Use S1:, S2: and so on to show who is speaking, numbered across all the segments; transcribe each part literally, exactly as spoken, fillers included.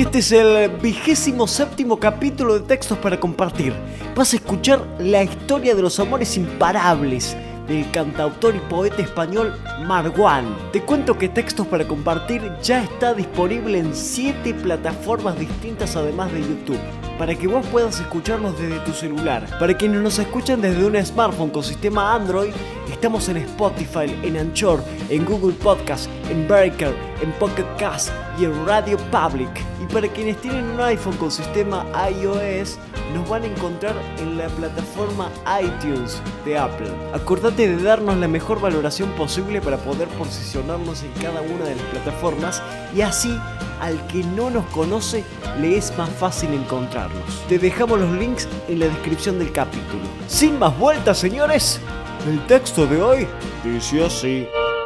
S1: Este es el vigésimo séptimo capítulo de Textos para Compartir. Vas a escuchar la historia de los amores imparables del cantautor y poeta español Marwan. Te cuento que Textos para Compartir ya está disponible en siete plataformas distintas además de YouTube, para que vos puedas escucharnos desde tu celular. Para quienes nos escuchan desde un smartphone con sistema Android, estamos en Spotify, en Anchor, en Google Podcast, en Breaker, en Pocket Cast y en Radio Public. Y para quienes tienen un iPhone con sistema iOS, nos van a encontrar en la plataforma iTunes de Apple. Acordate de darnos la mejor valoración posible para poder posicionarnos en cada una de las plataformas y así al que no nos conoce le es más fácil encontrarnos. Te dejamos los links en la descripción del capítulo. Sin más vueltas, señores, el texto de hoy dice así.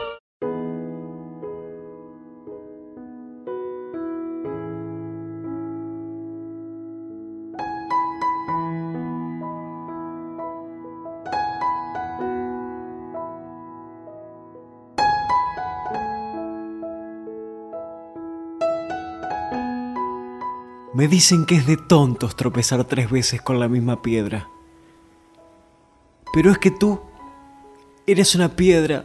S1: Me dicen que es de tontos tropezar tres veces con la misma piedra. Pero es que tú eres una piedra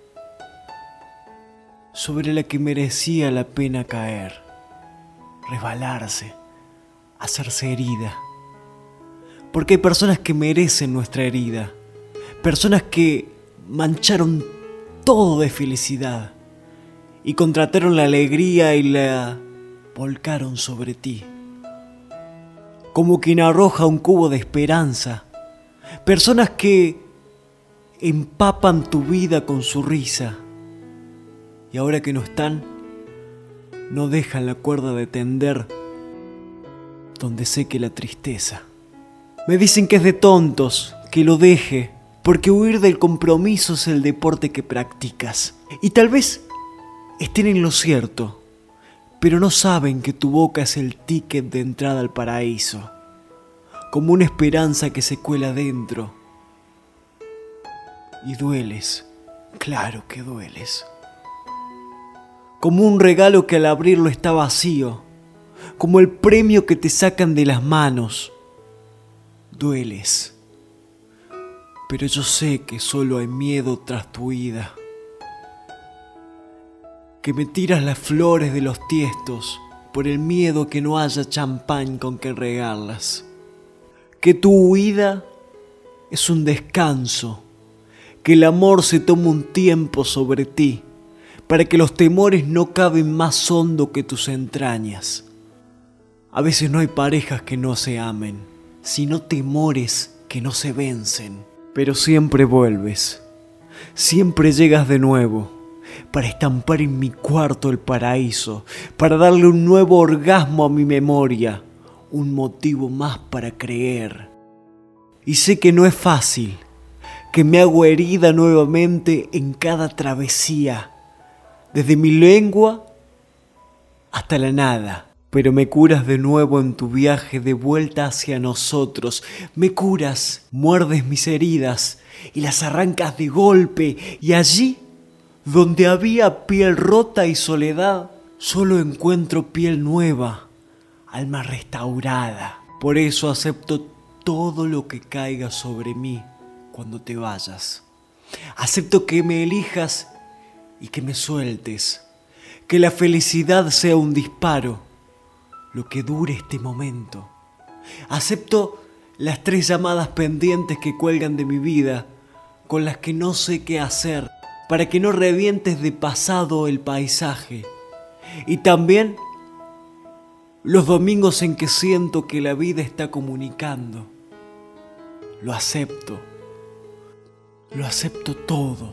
S1: sobre la que merecía la pena caer, resbalarse, hacerse herida. Porque hay personas que merecen nuestra herida, personas que mancharon todo de felicidad y contrataron la alegría y la volcaron sobre ti, como quien arroja un cubo de esperanza. Personas que empapan tu vida con su risa y ahora que no están, no dejan la cuerda de tender donde seque la tristeza. Me dicen que es de tontos, que lo deje, porque huir del compromiso es el deporte que practicas. Y tal vez estén en lo cierto, pero no saben que tu boca es el ticket de entrada al paraíso, como una esperanza que se cuela dentro. Y dueles, claro que dueles. Como un regalo que al abrirlo está vacío, como el premio que te sacan de las manos. Dueles, pero yo sé que solo hay miedo tras tu ida. Que me tiras las flores de los tiestos por el miedo que no haya champán con que regarlas. Que tu huida es un descanso, que el amor se toma un tiempo sobre ti, para que los temores no caben más hondo que tus entrañas. A veces no hay parejas que no se amen, sino temores que no se vencen. Pero siempre vuelves, siempre llegas de nuevo, para estampar en mi cuarto el paraíso, para darle un nuevo orgasmo a mi memoria, un motivo más para creer. Y sé que no es fácil, que me hago herida nuevamente en cada travesía, desde mi lengua hasta la nada. Pero me curas de nuevo en tu viaje de vuelta hacia nosotros. Me curas, muerdes mis heridas y las arrancas de golpe, y allí donde había piel rota y soledad, solo encuentro piel nueva, alma restaurada. Por eso acepto todo lo que caiga sobre mí cuando te vayas. Acepto que me elijas y que me sueltes. Que la felicidad sea un disparo, lo que dure este momento. Acepto las tres llamadas pendientes que cuelgan de mi vida, con las que no sé qué hacer, para que no revientes de pasado el paisaje. Y también los domingos en que siento que la vida está comunicando. Lo acepto. Lo acepto todo.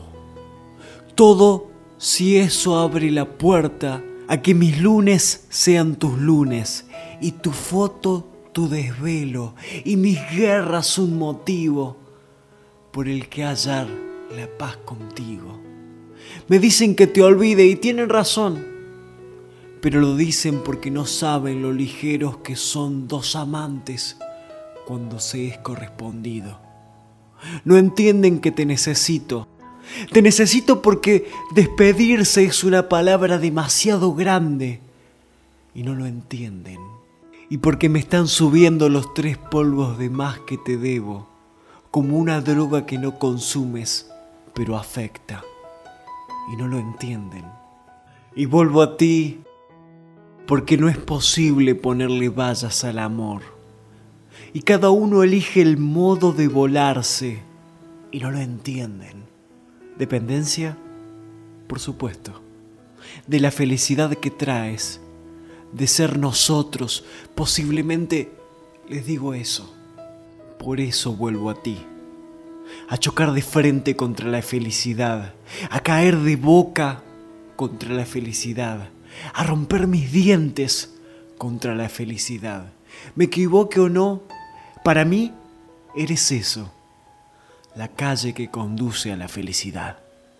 S1: Todo si eso abre la puerta a que mis lunes sean tus lunes y tu foto tu desvelo y mis guerras un motivo por el que hallar la paz contigo. Me dicen que te olvide y tienen razón, pero lo dicen porque no saben lo ligeros que son dos amantes cuando se es correspondido. No entienden que te necesito. Te necesito porque despedirse es una palabra demasiado grande y no lo entienden. Y porque me están subiendo los tres polvos de más que te debo, como una droga que no consumes, pero afecta, y no lo entienden. Y vuelvo a ti, porque no es posible ponerle vallas al amor. Y cada uno elige el modo de volarse, y no lo entienden. ¿Dependencia? Por supuesto. De la felicidad que traes, de ser nosotros, posiblemente les digo eso. Por eso vuelvo a ti, a chocar de frente contra la felicidad, a caer de boca contra la felicidad, a romper mis dientes contra la felicidad. Me equivoque o no, para mí eres eso, la calle que conduce a la felicidad.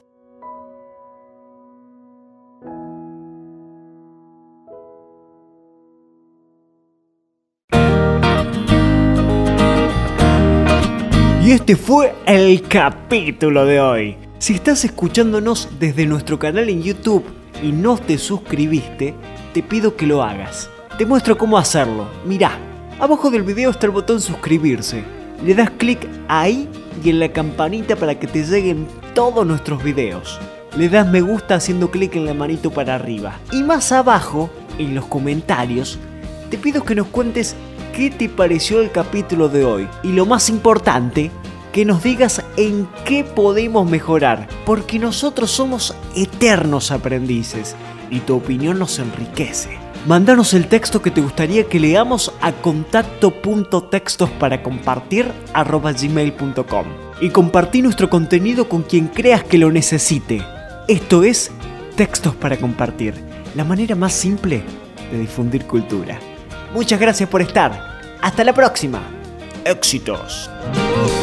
S1: Y este fue el capítulo de hoy. Si estás escuchándonos desde nuestro canal en YouTube y no te suscribiste, te pido que lo hagas. Te muestro cómo hacerlo. Mirá, abajo del video está el botón suscribirse. Le das clic ahí y en la campanita para que te lleguen todos nuestros videos. Le das me gusta haciendo clic en la manito para arriba. Y más abajo, en los comentarios, te pido que nos cuentes qué te pareció el capítulo de hoy. Y lo más importante, que nos digas en qué podemos mejorar, porque nosotros somos eternos aprendices y tu opinión nos enriquece. Mándanos el texto que te gustaría que leamos a contacto punto textos para compartir arroba gmail punto com y compartí nuestro contenido con quien creas que lo necesite. Esto es Textos para Compartir, la manera más simple de difundir cultura. Muchas gracias por estar. Hasta la próxima. Éxitos.